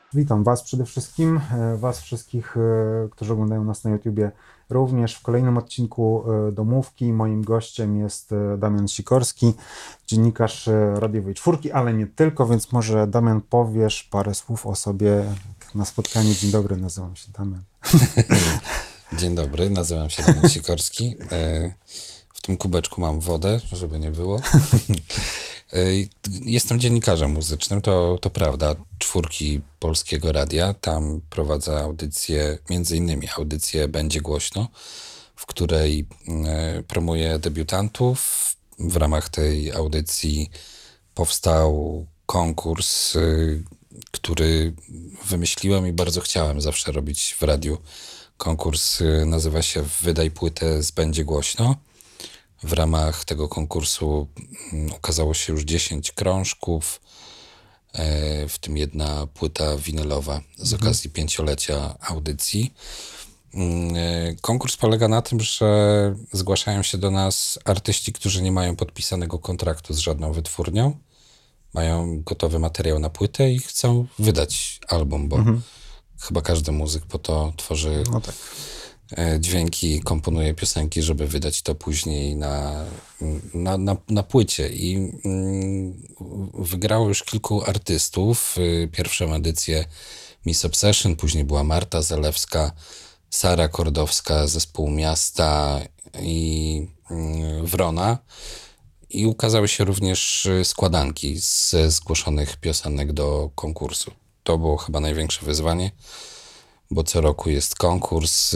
Witam Was przede wszystkim, Was wszystkich, którzy oglądają nas na YouTubie, również w kolejnym odcinku Domówki. Moim gościem jest Damian Sikorski, dziennikarz radiowej Czwórki, ale nie tylko, więc może Damian powiesz parę słów o sobie na spotkanie. Dzień dobry, nazywam się Damian. Dzień dobry, nazywam się Damian Sikorski. W tym kubeczku mam wodę, żeby nie było. E, Jestem dziennikarzem muzycznym, to prawda, Czwórki Polskiego Radia. Tam prowadzę audycję, między innymi audycję Będzie Głośno, w której promuję debiutantów. W ramach tej audycji powstał konkurs, który wymyśliłem i bardzo chciałem zawsze robić w radiu. Konkurs nazywa się Wydaj płytę z Będzie Głośno. W ramach tego konkursu ukazało się już 10 krążków, w tym jedna płyta winylowa z okazji pięciolecia audycji. Konkurs polega na tym, że zgłaszają się do nas artyści, którzy nie mają podpisanego kontraktu z żadną wytwórnią, mają gotowy materiał na płytę i chcą wydać album, bo chyba każdy muzyk po to tworzy No tak. dźwięki, komponuje piosenki, żeby wydać to później na płycie. I wygrało już kilku artystów. Pierwszą edycję Miss Obsession, później była Marta Zalewska, Sara Kordowska, Zespół Miasta i Wrona. I ukazały się również składanki ze zgłoszonych piosenek do konkursu. To było chyba największe wyzwanie, bo co roku jest konkurs,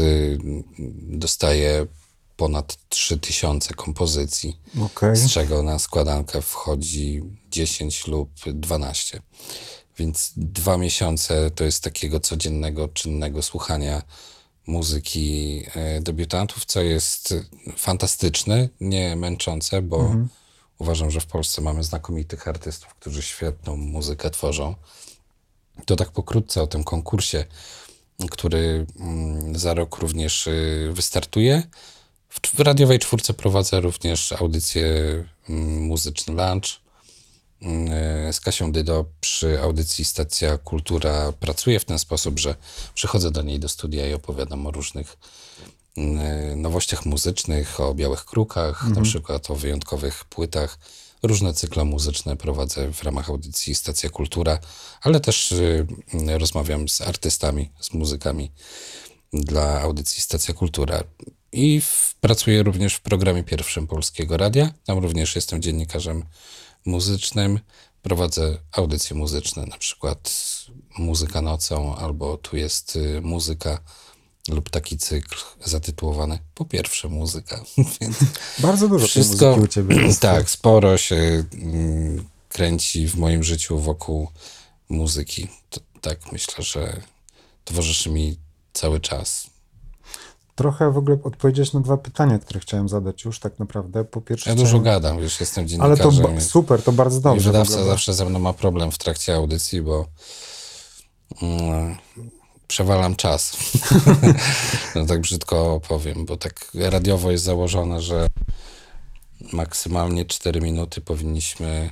dostaję ponad 3000 kompozycji, Okej. z czego na składankę wchodzi 10 lub 12. Więc 2 miesiące to jest takiego codziennego, czynnego słuchania muzyki debiutantów, co jest fantastyczne, nie męczące, bo uważam, że w Polsce mamy znakomitych artystów, którzy świetną muzykę tworzą. To tak pokrótce o tym konkursie, który za rok również wystartuje. W radiowej Czwórce prowadzę również audycję Muzyczny Lunch. Z Kasią Dydo przy audycji Stacja Kultura pracuję w ten sposób, że przychodzę do niej do studia i opowiadam o różnych nowościach muzycznych, o Białych Krukach, na przykład o wyjątkowych płytach. Różne cykle muzyczne prowadzę w ramach audycji Stacja Kultura, ale też rozmawiam z artystami, z muzykami dla audycji Stacja Kultura. I pracuję również w programie pierwszym Polskiego Radia. Tam również jestem dziennikarzem muzycznym. Prowadzę audycje muzyczne, na przykład Muzyka nocą, albo Tu jest muzyka, lub taki cykl zatytułowany Po pierwsze muzyka. Więc Bardzo dużo tej muzyki wszystko, u Ciebie jest. tak, sporo się kręci w moim życiu wokół muzyki. Tak myślę, że towarzyszy mi cały czas. Trochę w ogóle odpowiedzieć na dwa pytania, które chciałem zadać już tak naprawdę. Po pierwsze Ja dużo chciałem... gadam, wiesz, jestem Ale to dziennikarzem super, to bardzo i dobrze w wydawca ogóle. zawsze ze mną ma problem w trakcie audycji, bo mm, przewalam czas. No tak brzydko powiem, bo tak radiowo jest założone, że maksymalnie 4 minuty powinniśmy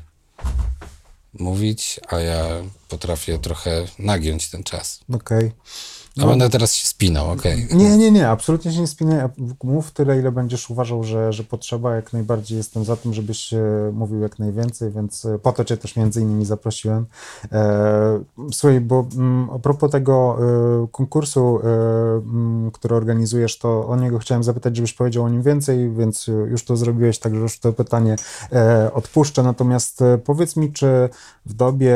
mówić, a ja potrafię trochę nagiąć ten czas. Okej. A będę teraz się spinał, okej. Nie, absolutnie się nie spinaj. Mów tyle, ile będziesz uważał, że potrzeba. Jak najbardziej jestem za tym, żebyś mówił jak najwięcej, więc po to cię też między innymi zaprosiłem. Słuchaj, bo a propos tego konkursu, który organizujesz, to o niego chciałem zapytać, żebyś powiedział o nim więcej, więc już to zrobiłeś, także już to pytanie odpuszczę. Natomiast powiedz mi, czy w dobie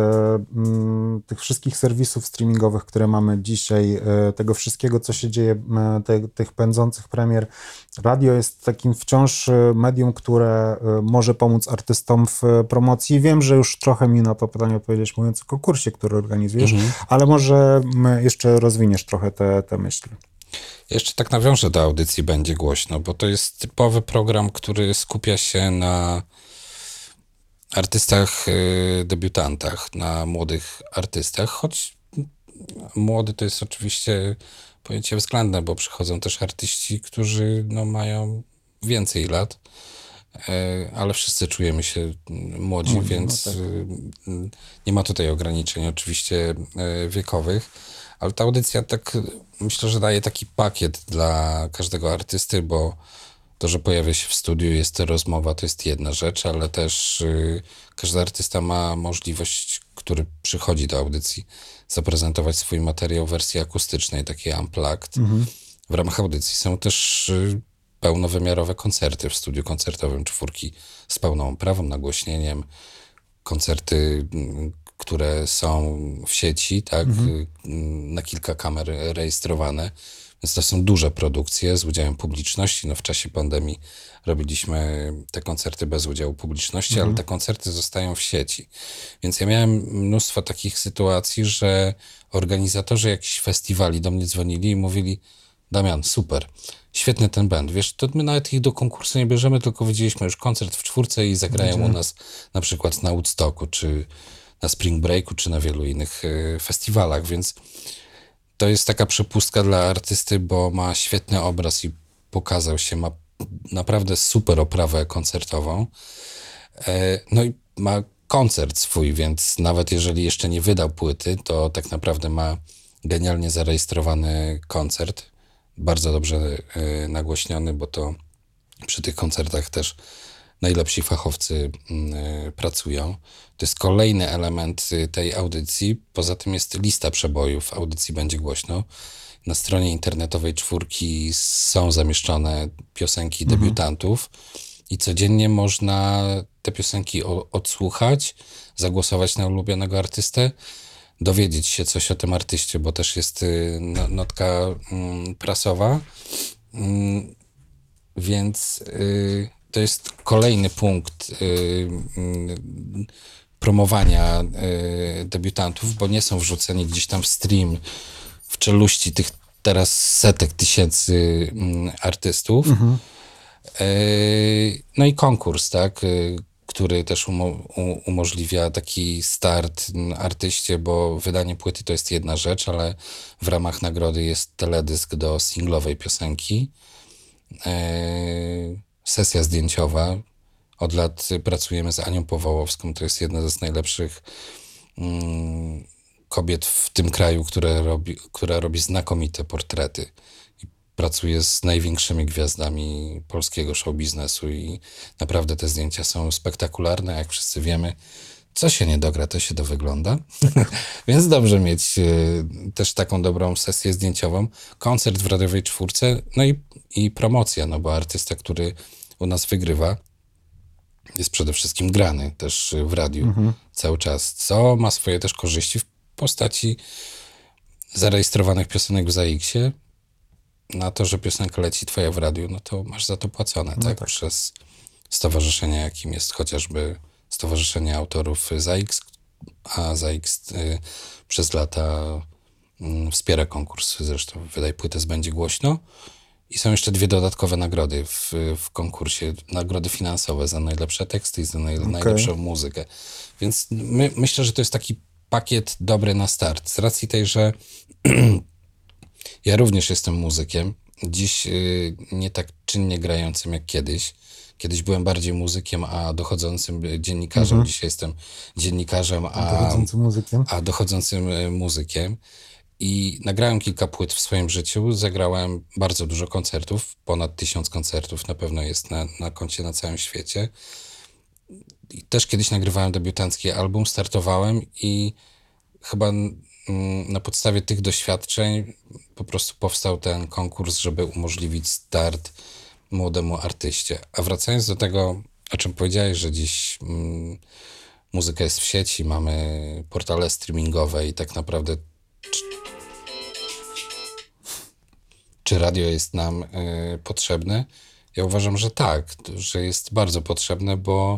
tych wszystkich serwisów streamingowych, które mamy dzisiaj, tego wszystkiego, co się dzieje, tych pędzących premier, radio jest takim wciąż medium, które może pomóc artystom w promocji. Wiem, że już trochę mi na to pytanie odpowiedziałeś, mówiąc o konkursie, który organizujesz, ale może jeszcze rozwiniesz trochę te myśli. Jeszcze tak nawiążę do audycji Będzie Głośno, bo to jest typowy program, który skupia się na artystach, debiutantach, na młodych artystach, choć młody to jest oczywiście pojęcie względne, bo przychodzą też artyści, którzy no, mają więcej lat. ale wszyscy czujemy się młodzi, Młodzi, no więc tak. nie ma tutaj ograniczeń oczywiście wiekowych, ale ta audycja tak myślę, że daje taki pakiet dla każdego artysty, bo to, że pojawia się w studiu, jest to rozmowa, to jest jedna rzecz, ale też każdy artysta ma możliwość, który przychodzi do audycji, zaprezentować swój materiał w wersji akustycznej, takiej unplugged. W ramach audycji są też pełnowymiarowe koncerty w studiu koncertowym Czwórki z pełną oprawą, nagłośnieniem, koncerty, które są w sieci, tak, na kilka kamer rejestrowane. Więc to są duże produkcje z udziałem publiczności. No w czasie pandemii robiliśmy te koncerty bez udziału publiczności, ale te koncerty zostają w sieci. Więc ja miałem mnóstwo takich sytuacji, że organizatorzy jakichś festiwali do mnie dzwonili i mówili: Damian, super, świetny ten band. Wiesz, to my nawet ich do konkursu nie bierzemy, tylko widzieliśmy już koncert w Czwórce i zagrają u nas na przykład na Woodstocku, czy na Spring Breaku, czy na wielu innych festiwalach, więc to jest taka przepustka dla artysty, bo ma świetny obraz i pokazał się, ma naprawdę super oprawę koncertową. No i ma koncert swój, więc nawet jeżeli jeszcze nie wydał płyty, to tak naprawdę ma genialnie zarejestrowany koncert. Bardzo dobrze nagłośniony, bo to przy tych koncertach też najlepsi fachowcy pracują. To jest kolejny element tej audycji. Poza tym jest lista przebojów. Audycji będzie głośno. Na stronie internetowej Czwórki są zamieszczone piosenki debiutantów i codziennie można te piosenki odsłuchać, zagłosować na ulubionego artystę, dowiedzieć się coś o tym artyście, bo też jest notka prasowa. Więc to jest kolejny punkt promowania debiutantów, bo nie są wrzuceni gdzieś tam w stream w czeluści tych teraz setek tysięcy artystów. No i konkurs, tak, który też umożliwia taki start artyście, bo wydanie płyty to jest jedna rzecz, ale w ramach nagrody jest teledysk do singlowej piosenki. Sesja zdjęciowa. Od lat pracujemy z Anią Powałowską. To jest jedna z najlepszych kobiet w tym kraju, która robi znakomite portrety. I pracuje z największymi gwiazdami polskiego show biznesu i naprawdę te zdjęcia są spektakularne. Jak wszyscy wiemy, co się nie dogra, to się dowygląda. Więc dobrze mieć też taką dobrą sesję zdjęciową. Koncert w radiowej Czwórce, no i promocja, no bo artysta, który u nas wygrywa, jest przede wszystkim grany też w radiu cały czas, co ma swoje też korzyści w postaci zarejestrowanych piosenek w ZAX-ie. Na to, że piosenka leci twoja w radiu, no to masz za to płacone, tak? Przez stowarzyszenie, jakim jest chociażby Stowarzyszenie Autorów ZAX, a ZAX przez lata wspiera konkurs. Zresztą Wydaj płytę, będzie głośno. I są jeszcze dwie dodatkowe nagrody w konkursie. Nagrody finansowe za najlepsze teksty i za najlepszą muzykę. Więc myślę, że to jest taki pakiet dobry na start. Z racji tej, że ja również jestem muzykiem. Dziś nie tak czynnie grającym jak kiedyś. Kiedyś byłem bardziej muzykiem, a dochodzącym dziennikarzem. Dzisiaj jestem dziennikarzem, Dochodzącym muzykiem. a dochodzącym muzykiem. I nagrałem kilka płyt w swoim życiu, zagrałem bardzo dużo koncertów, ponad 1000 koncertów na pewno jest na koncie na całym świecie. I też kiedyś nagrywałem debiutancki album, startowałem i chyba na podstawie tych doświadczeń po prostu powstał ten konkurs, żeby umożliwić start młodemu artyście. A wracając do tego, o czym powiedziałeś, że dziś muzyka jest w sieci, mamy portale streamingowe i tak naprawdę czy radio jest nam potrzebne? Ja uważam, że tak, że jest bardzo potrzebne, bo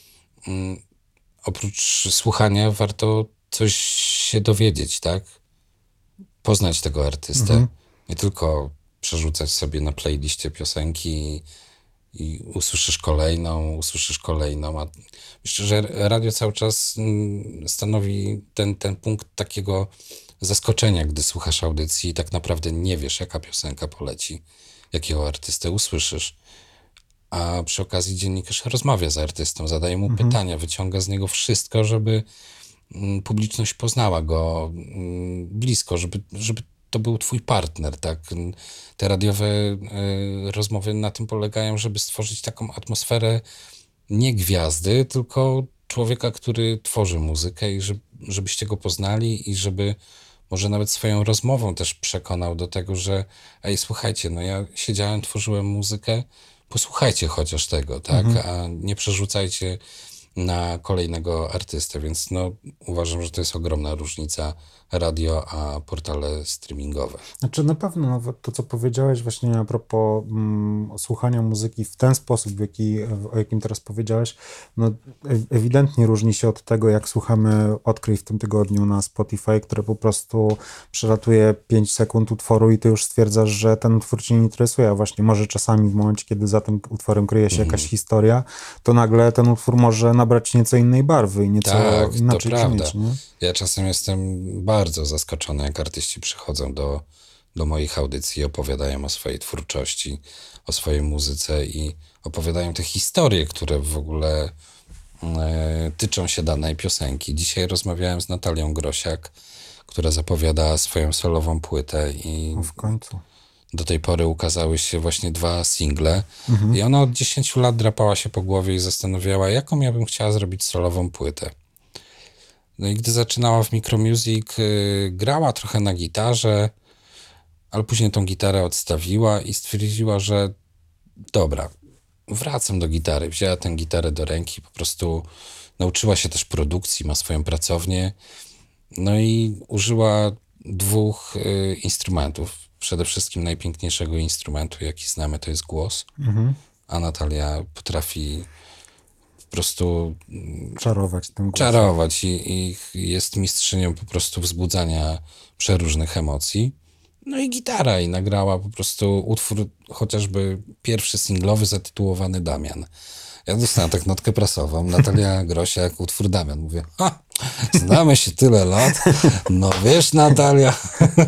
oprócz słuchania warto coś się dowiedzieć, tak? Poznać tego artystę. Nie tylko przerzucać sobie na playliście piosenki i usłyszysz kolejną. A myślę, że radio cały czas stanowi ten punkt takiego zaskoczenia, gdy słuchasz audycji i tak naprawdę nie wiesz, jaka piosenka poleci, jakiego artystę usłyszysz. a przy okazji dziennikarz rozmawia z artystą, zadaje mu Mhm. pytania, wyciąga z niego wszystko, żeby publiczność poznała go blisko, żeby to był twój partner, tak? Te radiowe rozmowy na tym polegają, żeby stworzyć taką atmosferę nie gwiazdy, tylko człowieka, który tworzy muzykę i żebyście go poznali i żeby może nawet swoją rozmową też przekonał do tego, że ej, słuchajcie, no ja siedziałem, tworzyłem muzykę, posłuchajcie chociaż tego, tak? Mhm. A nie przerzucajcie na kolejnego artystę, więc no uważam, że to jest ogromna różnica radio a portale streamingowe. Znaczy na pewno nawet to, co powiedziałeś właśnie a propos słuchania muzyki w ten sposób, o jakim teraz powiedziałeś, no ewidentnie różni się od tego, jak słuchamy Odkryj w tym tygodniu na Spotify, które po prostu przelatuje 5 sekund utworu i ty już stwierdzasz, że ten utwór cię nie interesuje, a właśnie może czasami w momencie, kiedy za tym utworem kryje się jakaś historia, to nagle ten utwór może nabrać nieco innej barwy i nieco Tak, to inaczej prawda. brzmieć, nie? Ja czasem jestem bardzo zaskoczony, jak artyści przychodzą do moich audycji i opowiadają o swojej twórczości, o swojej muzyce i opowiadają te historie, które w ogóle tyczą się danej piosenki. Dzisiaj rozmawiałem z Natalią Grosiak, która zapowiada swoją solową płytę i No w końcu. do tej pory ukazały się właśnie 2 single Mhm. i ona od 10 lat drapała się po głowie i zastanawiała, jaką ja bym chciała zrobić solową płytę. No i gdy zaczynała w Micromusic, grała trochę na gitarze, ale później tą gitarę odstawiła i stwierdziła, że dobra, wracam do gitary. Wzięła tę gitarę do ręki, po prostu nauczyła się też produkcji, ma swoją pracownię, no i użyła 2 instrumentów. Przede wszystkim najpiękniejszego instrumentu, jaki znamy, to jest głos, Mhm. a Natalia potrafi po prostu Czarować tym głosem. czarować i jest mistrzynią po prostu wzbudzania przeróżnych emocji. No i gitara i nagrała po prostu utwór, chociażby pierwszy singlowy zatytułowany Damian. Ja dostałem tak notkę prasową, Natalia Grosiak, utwór Damian. Mówię, ha, znamy się tyle lat, no wiesz Natalia.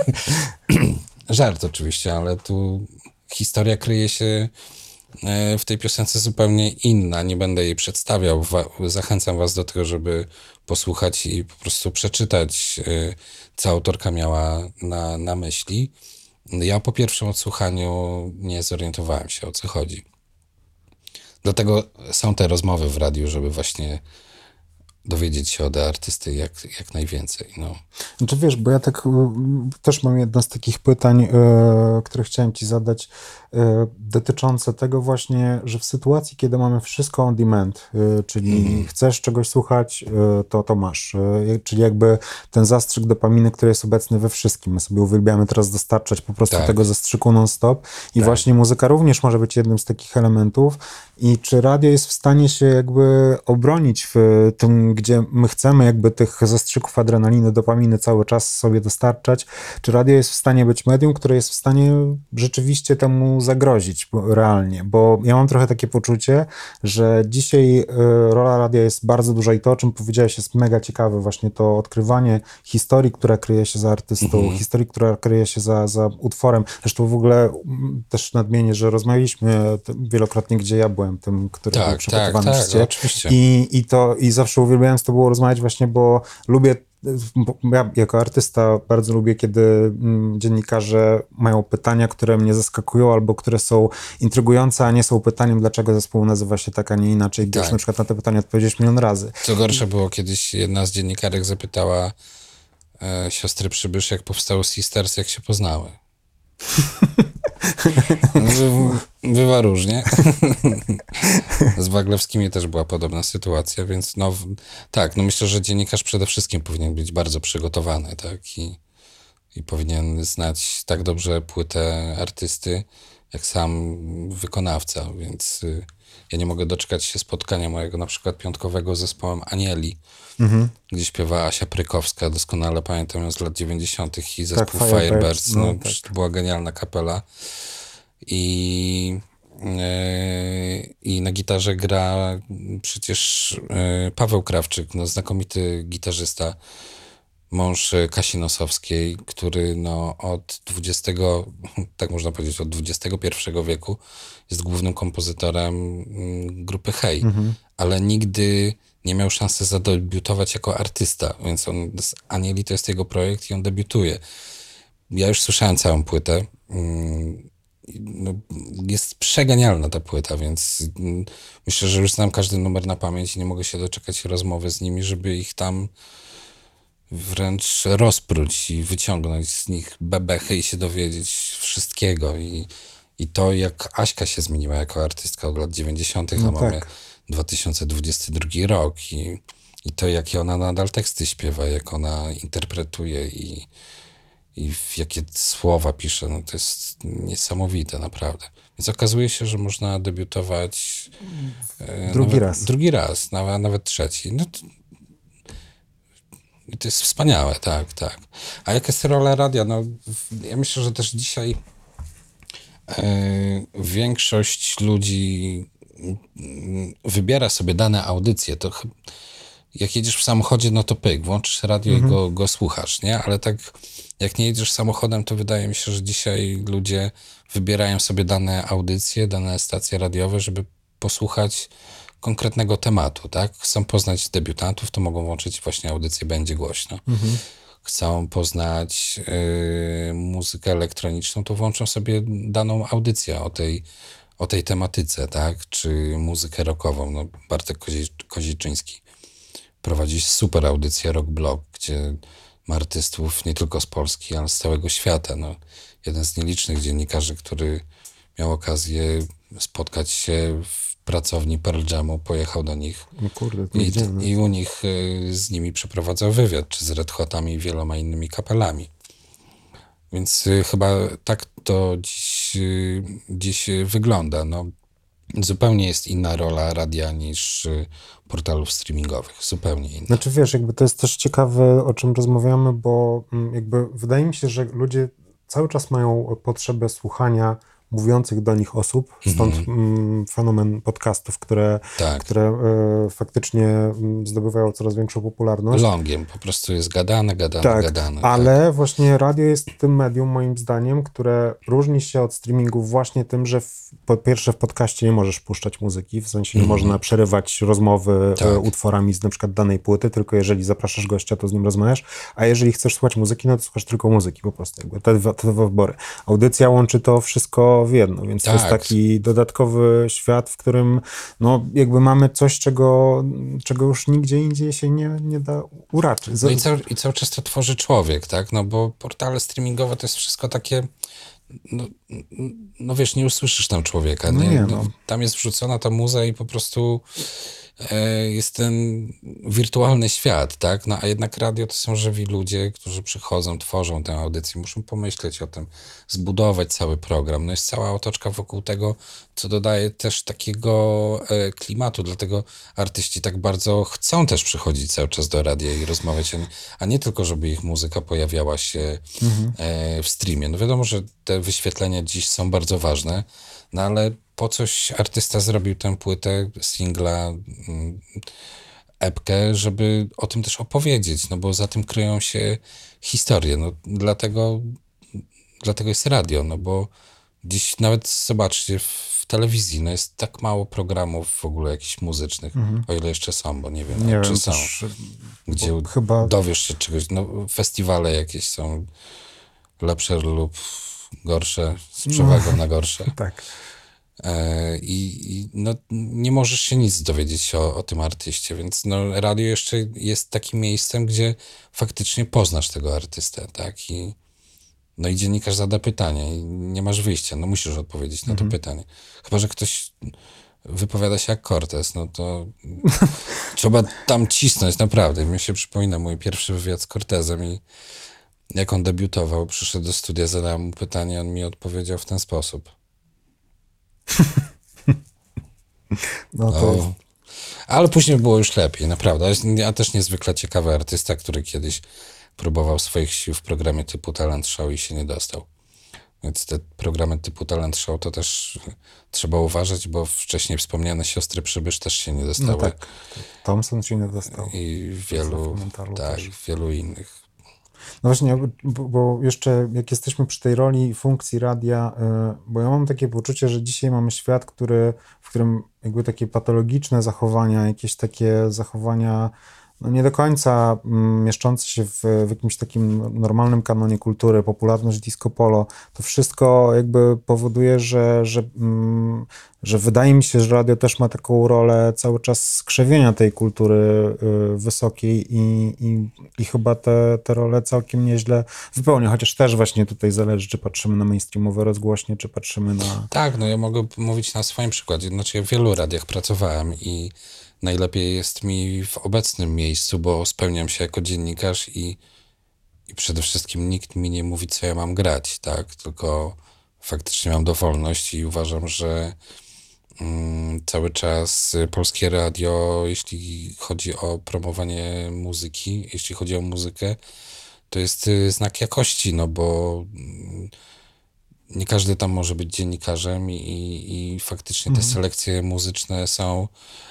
Żart oczywiście, ale tu historia kryje się w tej piosence zupełnie inna. Nie będę jej przedstawiał. Zachęcam was do tego, żeby posłuchać i po prostu przeczytać, co autorka miała na myśli. Ja po pierwszym odsłuchaniu nie zorientowałem się, o co chodzi. Dlatego są te rozmowy w radiu, żeby właśnie dowiedzieć się od artysty jak najwięcej. No. Znaczy wiesz, bo ja tak też mam jedno z takich pytań, które chciałem ci zadać, dotyczące tego właśnie, że w sytuacji, kiedy mamy wszystko on demand, czyli chcesz czegoś słuchać, to masz. Czyli jakby ten zastrzyk dopaminy, który jest obecny we wszystkim. My sobie uwielbiamy teraz dostarczać po prostu Tak. tego zastrzyku non-stop i właśnie muzyka również może być jednym z takich elementów. I czy radio jest w stanie się jakby obronić w tym, gdzie my chcemy jakby tych zastrzyków adrenaliny, dopaminy cały czas sobie dostarczać? Czy radio jest w stanie być medium, które jest w stanie rzeczywiście temu zagrozić realnie? Bo ja mam trochę takie poczucie, że dzisiaj rola radia jest bardzo duża i to, o czym powiedziałeś, jest mega ciekawe. Właśnie to odkrywanie historii, która kryje się za artystą, historii, która kryje się za utworem. Zresztą w ogóle też nadmienię, że rozmawialiśmy wielokrotnie, gdzie ja byłem tym, który był przygotowany przez ciebie. Oczywiście. I zawsze uwielbiałem z tobą rozmawiać właśnie, bo lubię, bo ja jako artysta bardzo lubię, kiedy dziennikarze mają pytania, które mnie zaskakują albo które są intrygujące, a nie są pytaniem, dlaczego zespół nazywa się tak, a nie inaczej, gdy już na przykład na te pytania odpowiedziałeś milion razy. Co gorsza było, kiedyś jedna z dziennikarek zapytała siostry Przybysz, jak powstało Sisters, jak się poznały. Bywa różnie. Z Waglewskimi też była podobna sytuacja, więc no tak, no myślę, że dziennikarz przede wszystkim powinien być bardzo przygotowany, tak? I powinien znać tak dobrze płytę artysty, jak sam wykonawca, więc ja nie mogę doczekać się spotkania mojego na przykład piątkowego z zespołem Anieli, gdzie śpiewa Asia Prykowska, doskonale pamiętam ją z lat 90. i zespół Tak, Firebirds, no, tak. to była genialna kapela. I na gitarze gra przecież Paweł Krawczyk, no, znakomity gitarzysta. mąż Kasi Nosowskiej, który no od tak można powiedzieć, od XXI wieku jest głównym kompozytorem grupy Hej, ale nigdy nie miał szansy zadebiutować jako artysta, więc on z Anieli to jest jego projekt i on debiutuje. Ja już słyszałem całą płytę. No, jest przegenialna ta płyta, więc myślę, że już znam każdy numer na pamięć i nie mogę się doczekać rozmowy z nimi, żeby ich tam wręcz rozpróć i wyciągnąć z nich bebechy i się dowiedzieć wszystkiego. I to, jak Aśka się zmieniła jako artystka od lat 90., a No mamy tak. 2022 rok i to, jakie ona nadal teksty śpiewa, jak ona interpretuje i jakie słowa pisze, no to jest niesamowite, naprawdę. Więc okazuje się, że można debiutować Drugi raz. drugi raz, nawet trzeci. No to jest wspaniałe, tak, tak. A jaka jest rola radia? No, ja myślę, że też dzisiaj większość ludzi wybiera sobie dane audycje. Jak jedziesz w samochodzie, no to pyk, włączysz radio i go słuchasz, nie? Ale tak jak nie jedziesz samochodem, to wydaje mi się, że dzisiaj ludzie wybierają sobie dane audycje, dane stacje radiowe, żeby posłuchać konkretnego tematu, tak? Chcą poznać debiutantów, to mogą włączyć właśnie audycję Będzie Głośno. Chcą poznać muzykę elektroniczną, to włączą sobie daną audycję o tej tematyce, tak? Czy muzykę rockową. No, Bartek Koziczyński prowadzi super audycję Rock Blog, gdzie ma artystów nie tylko z Polski, ale z całego świata. No, jeden z nielicznych dziennikarzy, który miał okazję spotkać się w pracowni Pearl Jamu, pojechał do nich No kurde, to widziałem. i u nich z nimi przeprowadzał wywiad, czy z Red Hotami i wieloma innymi kapelami. Więc chyba tak to dziś wygląda. No, zupełnie jest inna rola radia niż portalów streamingowych. Zupełnie inna. Znaczy wiesz, jakby to jest też ciekawe, o czym rozmawiamy, bo jakby wydaje mi się, że ludzie cały czas mają potrzebę słuchania mówiących do nich osób, stąd fenomen podcastów, Tak. które faktycznie zdobywają coraz większą popularność. Longiem, po prostu jest gadane. Tak, Tak. ale właśnie radio jest tym medium, moim zdaniem, które różni się od streamingów właśnie tym, że po pierwsze w podcaście nie możesz puszczać muzyki, w sensie nie można przerywać rozmowy Tak. utworami z na przykład danej płyty, tylko jeżeli zapraszasz gościa, to z nim rozmawiasz, a jeżeli chcesz słuchać muzyki, no to słuchasz tylko muzyki po prostu, jakby te dwa wybory. Audycja łączy to wszystko w jedno, więc to jest Tak. taki dodatkowy świat, w którym no jakby mamy coś, czego już nigdzie indziej się nie da uraczyć. No i cały czas to tworzy człowiek, tak? No bo portale streamingowe to jest wszystko takie, no wiesz, nie usłyszysz tam człowieka, No nie? nie, No, no. tam jest wrzucona ta muza i po prostu jest ten wirtualny świat, tak? No a jednak radio to są żywi ludzie, którzy przychodzą, tworzą tę audycję, muszą pomyśleć o tym, zbudować cały program. No jest cała otoczka wokół tego, co dodaje też takiego klimatu, dlatego artyści tak bardzo chcą też przychodzić cały czas do radia i rozmawiać, a nie tylko, żeby ich muzyka pojawiała się w streamie. No wiadomo, że te wyświetlenia dziś są bardzo ważne, no ale po coś artysta zrobił tę płytę, singla, epkę, żeby o tym też opowiedzieć, no bo za tym kryją się historie. No dlatego jest radio, no bo dziś nawet zobaczcie w telewizji, no jest tak mało programów w ogóle jakichś muzycznych, o ile jeszcze są, bo nie wiem, Nie czy wiem, są, też, gdzie bo chyba dowiesz się czegoś, no festiwale jakieś są lepsze lub gorsze, z przewagą na gorsze. tak. No, nie możesz się nic dowiedzieć o tym artyście, więc no, radio jeszcze jest takim miejscem, gdzie faktycznie poznasz tego artystę, tak? No i dziennikarz zada pytanie i nie masz wyjścia, no musisz odpowiedzieć na to pytanie. Chyba że ktoś wypowiada się jak Cortez, no to trzeba tam cisnąć, naprawdę. Mi się przypomina mój pierwszy wywiad z Cortezem i jak on debiutował, przyszedł do studia, zadałem mu pytanie, on mi odpowiedział w ten sposób. No to O. Ale później było już lepiej, naprawdę. Ja też niezwykle ciekawy artysta, który kiedyś próbował swoich sił w programie typu Talent Show i się nie dostał. Więc te programy typu Talent Show to też trzeba uważać, bo wcześniej wspomniane Siostry Przybysz też się nie dostały. no tak. Thompson się nie dostał. I wielu, Fundamentalu tak, też. wielu innych No właśnie, bo jeszcze jak jesteśmy przy tej roli i funkcji radia, bo ja mam takie poczucie, że dzisiaj mamy świat, w którym jakby takie patologiczne zachowania, jakieś takie zachowania no nie do końca mieszczące się w jakimś takim normalnym kanonie kultury, popularność disco polo, to wszystko jakby powoduje, że wydaje mi się, że radio też ma taką rolę cały czas skrzywienia tej kultury wysokiej i chyba te role całkiem nieźle wypełnia, chociaż też właśnie tutaj zależy, czy patrzymy na mainstreamowe rozgłośnie, czy patrzymy na... Tak, no ja mogę mówić na swoim przykładzie. Znaczy ja w wielu radiach pracowałem i najlepiej jest mi w obecnym miejscu, bo spełniam się jako dziennikarz i przede wszystkim nikt mi nie mówi, co ja mam grać, tak? Tylko faktycznie mam dowolność i uważam, że cały czas polskie radio, jeśli chodzi o promowanie muzyki, jeśli chodzi o muzykę, to jest znak jakości, no bo nie każdy tam może być dziennikarzem i faktycznie te selekcje muzyczne są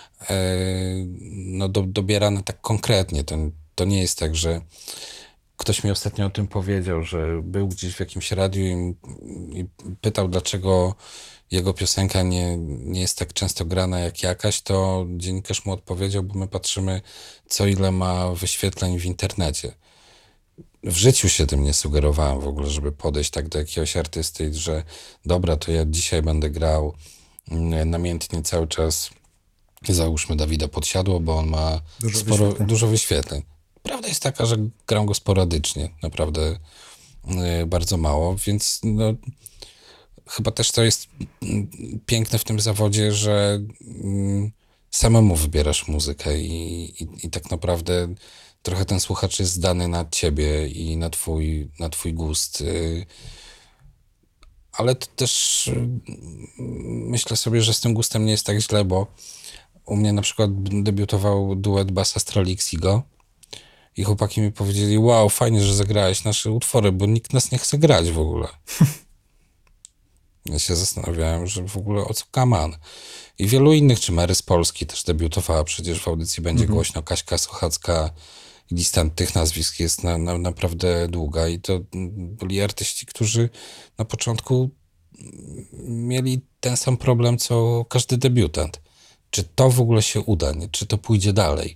no, dobierane tak konkretnie. To nie jest tak, że ktoś mi ostatnio o tym powiedział, że był gdzieś w jakimś radiu i pytał, dlaczego jego piosenka nie jest tak często grana jak jakaś, to dziennikarz mu odpowiedział, bo my patrzymy, co ile ma wyświetleń w internecie. W życiu się tym nie sugerowałem w ogóle, żeby podejść tak do jakiegoś artysty, że dobra, to ja dzisiaj będę grał namiętnie cały czas, załóżmy Dawida Podsiadło, bo on ma dużo wyświetleń. Prawda jest taka, że gram go sporadycznie, naprawdę bardzo mało, więc no, chyba też to jest piękne w tym zawodzie, że samemu wybierasz muzykę i tak naprawdę trochę ten słuchacz jest zdany na ciebie i na twój gust. Ale to też myślę sobie, że z tym gustem nie jest tak źle, bo u mnie na przykład debiutował duet Bass Astral Ixigo i chłopaki mi powiedzieli, wow, fajnie, że zagrałeś nasze utwory, bo nikt nas nie chce grać w ogóle. Ja się zastanawiałem, że w ogóle o co kaman. I wielu innych, czy Mary z Polski też debiutowała, przecież w audycji będzie głośno, Kaśka Sochacka, lista tych nazwisk jest naprawdę długa i to byli artyści, którzy na początku mieli ten sam problem, co każdy debiutant. Czy to w ogóle się uda, nie? Czy to pójdzie dalej?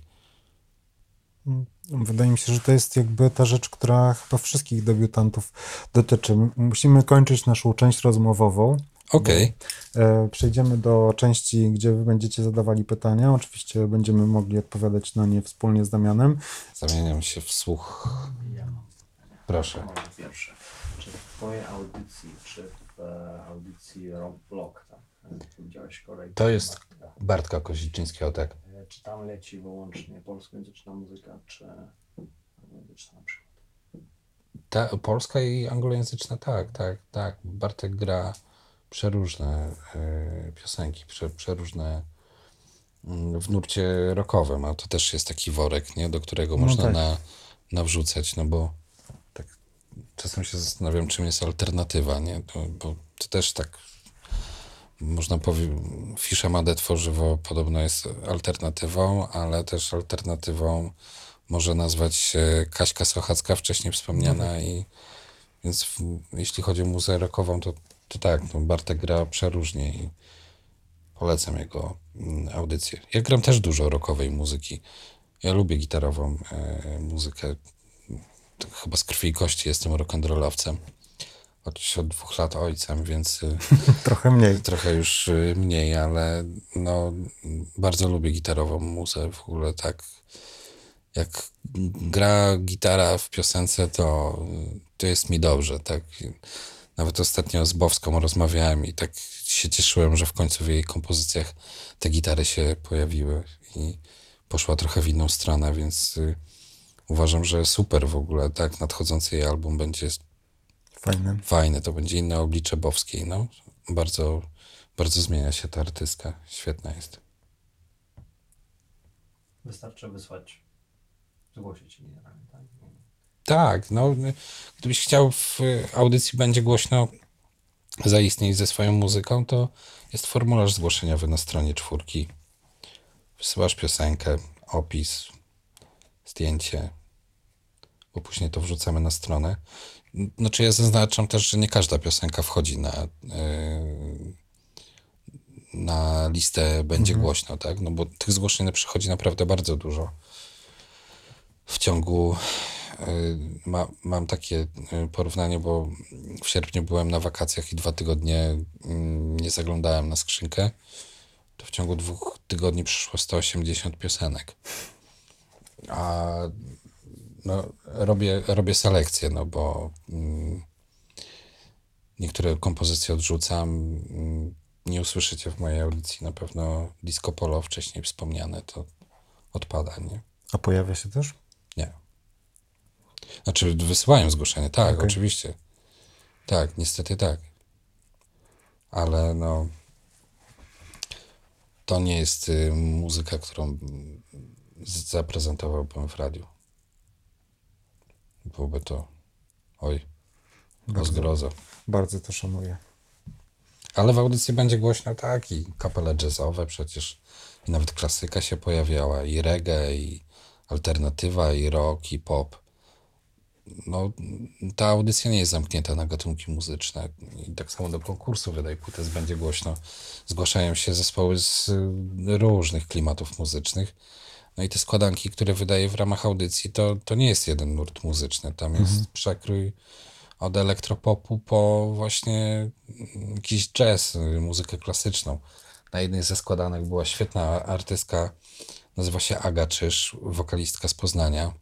Wydaje mi się, że to jest jakby ta rzecz, która chyba wszystkich debiutantów dotyczy. Musimy kończyć naszą część rozmowową. Okej. Przejdziemy do części, gdzie wy będziecie zadawali pytania. Oczywiście będziemy mogli odpowiadać na nie wspólnie z Damianem. Zamieniam się w słuch. Proszę. Może pierwsze. Czy w twojej audycji, czy w audycji Rock Block, tak? Widziałeś kolejkę? To jest Bartka Koziczyńskiego, tak. Czy tam leci wyłącznie polskojęzyczna muzyka, czy anglojęzyczna na przykład? Ta, polska i anglojęzyczna, tak. Bartek gra przeróżne piosenki, przeróżne w nurcie rockowym, a to też jest taki worek, nie? Do którego No można tak. nawrzucać, no bo tak czasem się zastanawiam, czym jest alternatywa, nie? Bo to też tak można powiedzieć, Fisza Made Tworzywo podobno jest alternatywą, ale też alternatywą może nazwać się Kaśka Sochacka, wcześniej wspomniana i więc jeśli chodzi o muzykę rockową, to tak, no Bartek gra przeróżnie i polecam jego audycję. Ja gram też dużo rockowej muzyki. Ja lubię gitarową muzykę. To chyba z krwi i kości jestem rock'n'rollowcem. Choć od 2 lat ojcem, więc Trochę mniej. trochę już mniej, ale no, bardzo lubię gitarową muzę. W ogóle tak, jak gra gitara w piosence, to jest mi dobrze, tak. Nawet ostatnio z Bowską rozmawiałem i tak się cieszyłem, że w końcu w jej kompozycjach te gitary się pojawiły i poszła trochę w inną stronę, więc uważam, że super w ogóle, tak, nadchodzący jej album będzie Fajne. fajny, to będzie inne oblicze Bowskiej, no. Bardzo, bardzo zmienia się ta artystka, świetna jest. Wystarczy wysłać, zgłosić generalnie, tak? Tak, no, gdybyś chciał w audycji będzie głośno zaistnieć ze swoją muzyką, to jest formularz zgłoszeniowy na stronie 4. Wysyłasz piosenkę, opis, zdjęcie, bo później to wrzucamy na stronę. Znaczy ja zaznaczam też, że nie każda piosenka wchodzi na listę będzie głośno, tak? No bo tych zgłoszeń przychodzi naprawdę bardzo dużo. W ciągu mam takie porównanie, bo w sierpniu byłem na wakacjach i 2 tygodnie nie zaglądałem na skrzynkę. To w ciągu 2 tygodni przyszło 180 piosenek. A no, robię selekcję, no bo niektóre kompozycje odrzucam. Nie usłyszycie w mojej audycji na pewno disco polo wcześniej wspomniane, to odpada, nie? A pojawia się też? Nie. Znaczy wysyłają zgłoszenie, tak, Okej. oczywiście. Tak, niestety tak. Ale no to nie jest muzyka, którą zaprezentowałbym w radiu. Byłoby to o zgrozo. Bardzo to szanuję. Ale w audycji będzie głośno, tak, i kapele jazzowe przecież, i nawet klasyka się pojawiała, i reggae, i alternatywa, i rock, i pop. No, ta audycja nie jest zamknięta na gatunki muzyczne. I tak samo do konkursu Wydaj Płytę będzie głośno. Zgłaszają się zespoły z różnych klimatów muzycznych. No i te składanki, które wydaję w ramach audycji, to nie jest jeden nurt muzyczny. Tam jest przekrój od elektropopu po właśnie jakiś jazz, muzykę klasyczną. Na jednej ze składanek była świetna artystka, nazywa się Aga Czyż, wokalistka z Poznania.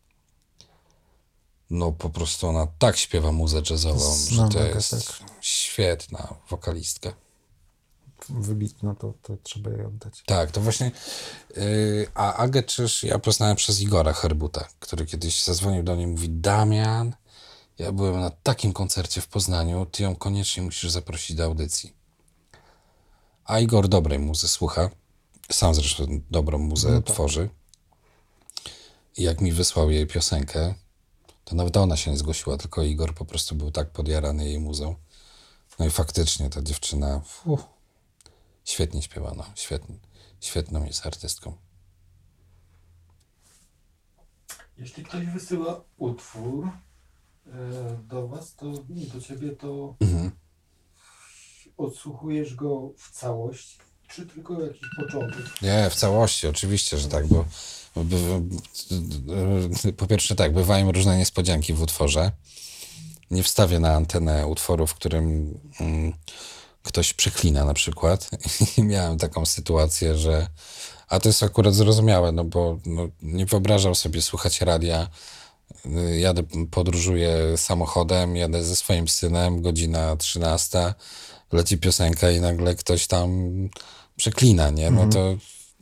No po prostu ona tak śpiewa muzę jazzową, że Znam to Agę, jest tak. świetna wokalistka. Wybitno, to trzeba jej oddać. Tak, to właśnie. A Agę Czyż ja poznałem przez Igora Herbuta, który kiedyś zadzwonił do mnie i mówi: Damian, ja byłem na takim koncercie w Poznaniu, ty ją koniecznie musisz zaprosić do audycji. A Igor dobrej muzy słucha. Sam zresztą dobrą muzę tworzy. I jak mi wysłał jej piosenkę, to nawet ona się nie zgłosiła, tylko Igor po prostu był tak podjarany jej muzą. No i faktycznie ta dziewczyna świetnie śpiewa, no, świetną jest artystką. Jeśli ktoś wysyła utwór do was, do ciebie, to odsłuchujesz go w całości, czy tylko jakiś początek? Nie, w całości, oczywiście, że tak, bo po pierwsze tak, bywają różne niespodzianki w utworze. Nie wstawię na antenę utworu, w którym ktoś przeklina na przykład. I miałem taką sytuację, że... A to jest akurat zrozumiałe, no bo nie wyobrażam sobie słuchać radia. Jadę, podróżuję samochodem, jadę ze swoim synem, godzina 13, leci piosenka i nagle ktoś tam przeklina, nie? No to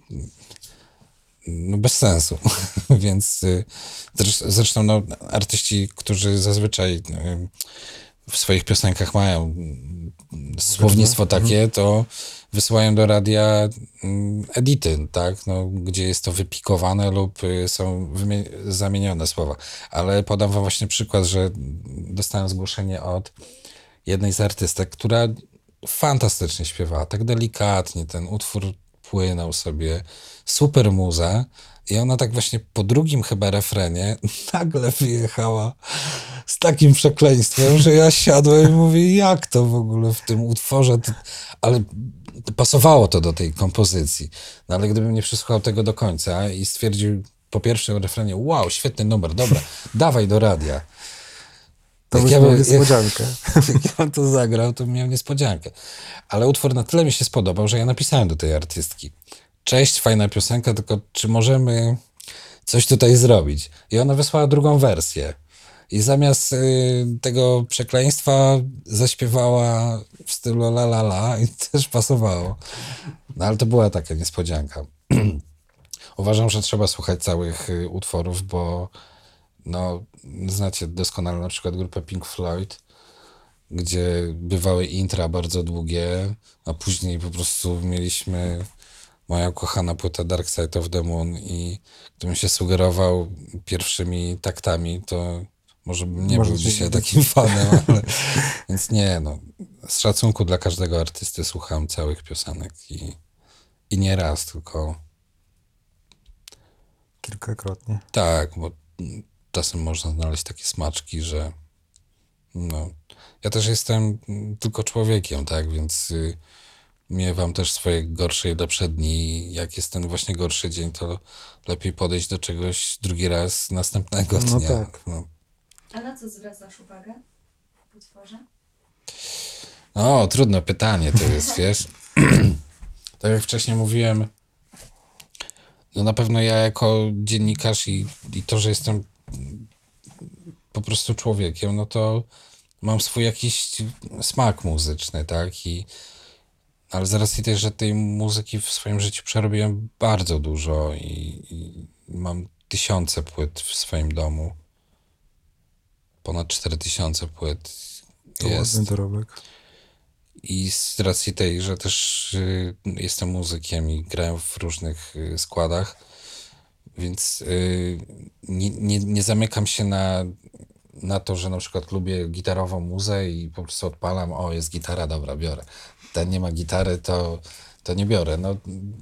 bez sensu. Więc zresztą no, artyści, którzy zazwyczaj w swoich piosenkach mają słownictwo takie, to wysyłają do radia edity, tak? No, gdzie jest to wypikowane lub są zamienione słowa. Ale podam wam właśnie przykład, że dostałem zgłoszenie od jednej z artystek, która fantastycznie śpiewała, tak delikatnie, ten utwór płynął sobie, super muza i ona tak właśnie po drugim chyba refrenie nagle wyjechała z takim przekleństwem, że ja siadłem i mówię, jak to w ogóle w tym utworze, ale pasowało to do tej kompozycji, no ale gdybym nie przesłuchał tego do końca i stwierdził po pierwszym refrenie, wow, świetny numer, dobra, dawaj do radia. To byś miał niespodziankę. Jak on to zagrał, to miał niespodziankę. Ale utwór na tyle mi się spodobał, że ja napisałem do tej artystki: cześć, fajna piosenka, tylko czy możemy coś tutaj zrobić? I ona wysłała drugą wersję. I zamiast tego przekleństwa zaśpiewała w stylu la la la i też pasowało. No ale to była taka niespodzianka. Uważam, że trzeba słuchać całych utworów, bo no, znacie doskonale na przykład grupę Pink Floyd, gdzie bywały intra bardzo długie, a później po prostu mieliśmy moja ukochana płyta Dark Side of the Moon i gdybym się sugerował pierwszymi taktami, to może bym nie był dzisiaj takim fanem, ale więc nie, no. Z szacunku dla każdego artysty słucham całych piosenek i nie raz, tylko Kilkakrotnie. tak, bo czasem można znaleźć takie smaczki, że no, ja też jestem tylko człowiekiem, tak, więc miewam też swoje gorsze i lepsze dni. Jak jest ten właśnie gorszy dzień, to lepiej podejść do czegoś drugi raz następnego No dnia. tak. No. A na co zwracasz uwagę w utworze? O, trudne pytanie to jest, wiesz. Tak jak wcześniej mówiłem, no na pewno ja jako dziennikarz i to, że jestem po prostu człowiekiem, no to mam swój jakiś smak muzyczny, tak? Ale z racji też, że tej muzyki w swoim życiu przerobiłem bardzo dużo i mam tysiące płyt w swoim domu. Ponad 4000 płyt To jest. ładny dorobek. I z racji tej, że też jestem muzykiem i grałem w różnych składach, więc nie zamykam się na to, że na przykład lubię gitarową muzę i po prostu odpalam, o jest gitara, dobra, biorę. Ten nie ma gitary, to nie biorę. No,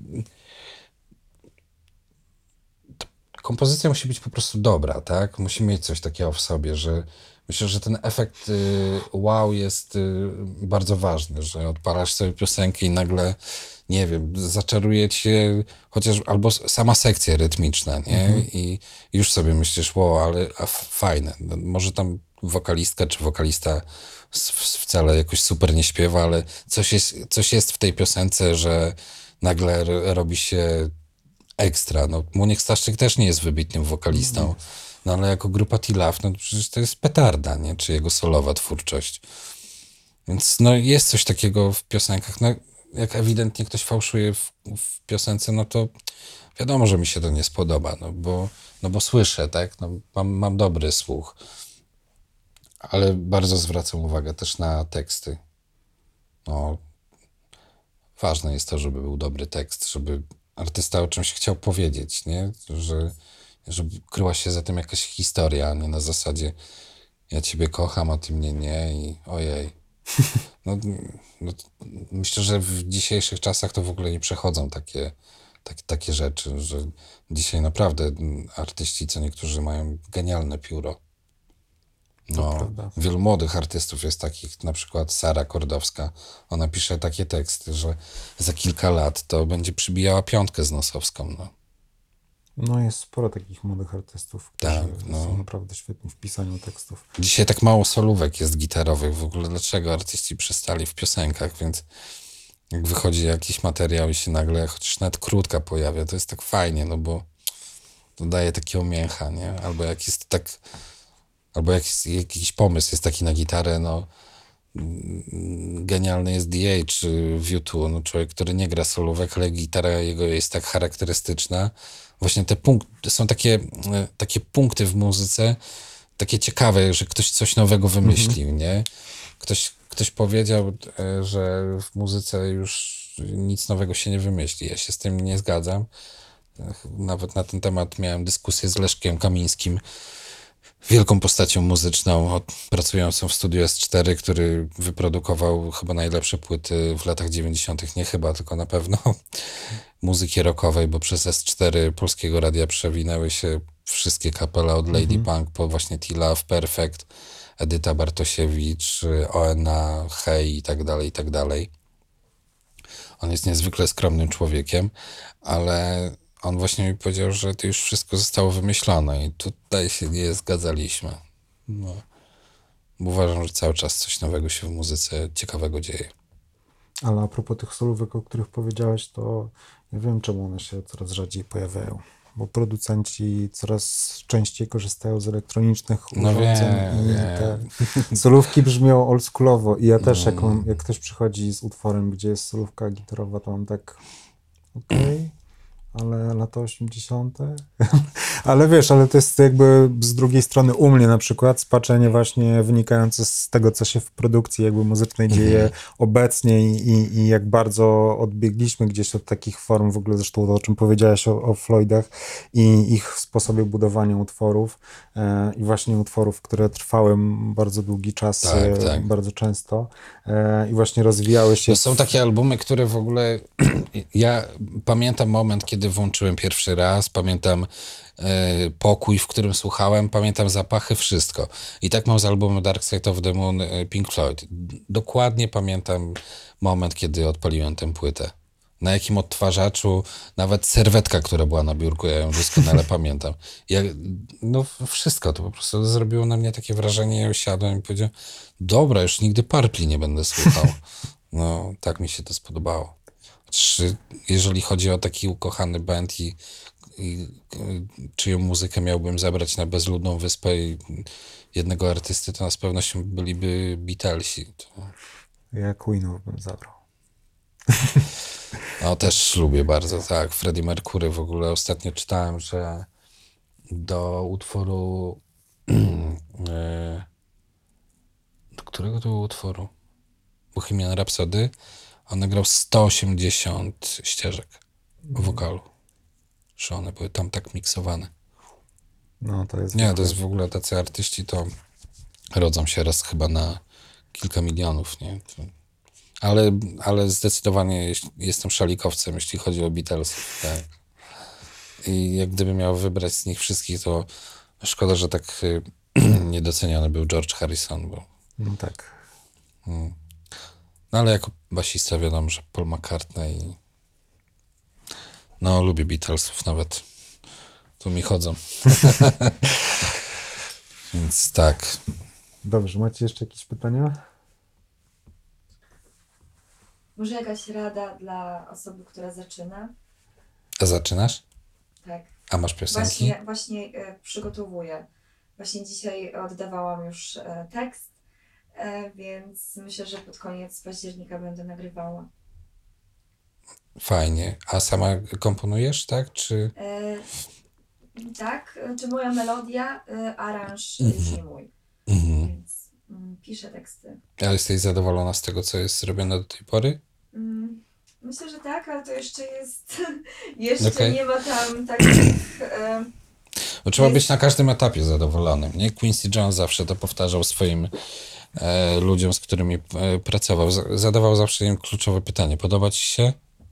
kompozycja musi być po prostu dobra, tak? Musi mieć coś takiego w sobie, że myślę, że ten efekt wow jest bardzo ważny, że odpalasz sobie piosenkę i nagle, nie wiem, zaczaruje cię chociaż albo sama sekcja rytmiczna, nie? I już sobie myślisz, wow, ale fajne. No, może tam wokalistka czy wokalista wcale jakoś super nie śpiewa, ale coś jest w tej piosence, że nagle robi się ekstra. No, Muniek Staszczyk też nie jest wybitnym wokalistą, no ale jako grupa T-Love, no przecież to jest petarda, nie? Czy jego solowa twórczość. Więc no jest coś takiego w piosenkach. No, jak ewidentnie ktoś fałszuje w piosence, no to wiadomo, że mi się to nie spodoba, no bo słyszę, tak? No, mam dobry słuch. Ale bardzo zwracam uwagę też na teksty. No, ważne jest to, żeby był dobry tekst, żeby artysta o czymś chciał powiedzieć, nie? Żeby kryła się za tym jakaś historia, a nie na zasadzie ja ciebie kocham, a ty mnie nie i ojej. No, myślę, że w dzisiejszych czasach to w ogóle nie przechodzą takie rzeczy, że dzisiaj naprawdę artyści, co niektórzy mają genialne pióro. No, prawda. wielu młodych artystów jest takich, na przykład Sara Kordowska. Ona pisze takie teksty, że za kilka lat to będzie przybijała piątkę z Nosowską. No. No jest sporo takich młodych artystów, którzy Tak, no. są naprawdę świetni w pisaniu tekstów. Dzisiaj tak mało solówek jest gitarowych. W ogóle dlaczego artyści przestali w piosenkach, więc jak wychodzi jakiś materiał i się nagle, chociaż nawet krótka pojawia, to jest tak fajnie, no bo to daje takiego mięcha, nie? Albo jak jest tak, albo jak jest jakiś pomysł jest taki na gitarę, no genialny jest DH w U2, no człowiek, który nie gra solówek, ale gitara jego jest tak charakterystyczna. Właśnie te punkty, są takie punkty w muzyce, takie ciekawe, że ktoś coś nowego wymyślił, nie? Ktoś powiedział, że w muzyce już nic nowego się nie wymyśli. Ja się z tym nie zgadzam. Nawet na ten temat miałem dyskusję z Leszkiem Kamińskim, wielką postacią muzyczną, pracującą w studiu S4, który wyprodukował chyba najlepsze płyty w latach 90. Nie chyba, tylko na pewno muzyki rockowej, bo przez S4 Polskiego Radia przewinęły się wszystkie kapele od Lady Punk po właśnie T-Love, Perfect, Edyta Bartosiewicz, ONA, Hej i tak dalej, i tak dalej. On jest niezwykle skromnym człowiekiem, ale on właśnie mi powiedział, że to już wszystko zostało wymyślone i tutaj się nie zgadzaliśmy. No. Uważam, że cały czas coś nowego się w muzyce ciekawego dzieje. Ale a propos tych solówek, o których powiedziałeś, to ja wiem, czemu one się coraz rzadziej pojawiają. Bo producenci coraz częściej korzystają z elektronicznych No urządzeń wiem, i wiem. te solówki brzmią oldschoolowo. I ja też, jak ktoś przychodzi z utworem, gdzie jest solówka gitarowa, to mam tak okej, ale lata 80. Ale wiesz, ale to jest jakby z drugiej strony u mnie na przykład spaczenie właśnie wynikające z tego, co się w produkcji jakby muzycznej dzieje obecnie i jak bardzo odbiegliśmy gdzieś od takich form, w ogóle zresztą to, o czym powiedziałeś o Floydach i ich sposobie budowania utworów i właśnie utworów, które trwały bardzo długi czas, Tak. bardzo często i właśnie rozwijały się. To są takie albumy, które w ogóle... Ja pamiętam moment, kiedy włączyłem pierwszy raz, pamiętam pokój, w którym słuchałem, pamiętam zapachy, wszystko. I tak mam z albumu Dark Side of the Moon Pink Floyd. Dokładnie pamiętam moment, kiedy odpaliłem tę płytę. Na jakim odtwarzaczu, nawet serwetka, która była na biurku, ja ją doskonale pamiętam. No wszystko, to po prostu zrobiło na mnie takie wrażenie, ja usiadłem i powiedziałem, dobra, już nigdy Purpli nie będę słuchał. No, tak mi się to spodobało. Jeżeli chodzi o taki ukochany band i czyją muzykę miałbym zabrać na bezludną wyspę i jednego artysty, to z pewnością byliby Beatlesi. Ja Queenów bym zabrał. No też lubię bardzo, tak. Freddie Mercury w ogóle ostatnio czytałem, że do utworu do którego to było utworu? Bohemian Rhapsody on nagrał 180 ścieżek wokalu. Że one były tam tak miksowane. No, to jest... Nie, to jest w ogóle tacy artyści, to rodzą się raz chyba na kilka milionów, nie? Ale zdecydowanie jestem szalikowcem, jeśli chodzi o Beatlesów, tak. I jak gdybym miał wybrać z nich wszystkich, to szkoda, że tak niedoceniony był George Harrison, bo... No tak. No ale jako basista wiadomo, że Paul McCartney no lubię Beatlesów nawet. Tu mi chodzą. Więc tak. Dobrze, macie jeszcze jakieś pytania? Może jakaś rada dla osoby, która zaczyna? A zaczynasz? Tak. A masz piosenki? Właśnie przygotowuję. Właśnie dzisiaj oddawałam już tekst, więc myślę, że pod koniec października będę nagrywała. Fajnie. A sama komponujesz, tak? Czy... Tak, czy moja melodia, aranż jest nie mój, Mhm. więc piszę teksty. A jesteś zadowolona z tego, co jest zrobione do tej pory? Myślę, że tak, ale to jeszcze jest, jeszcze Okej. nie ma tam takich... Bo trzeba Jest- być na każdym etapie zadowolonym, nie? Quincy Jones zawsze to powtarzał swoim ludziom, z którymi pracował. Zadawał zawsze im kluczowe pytanie. Podoba ci się?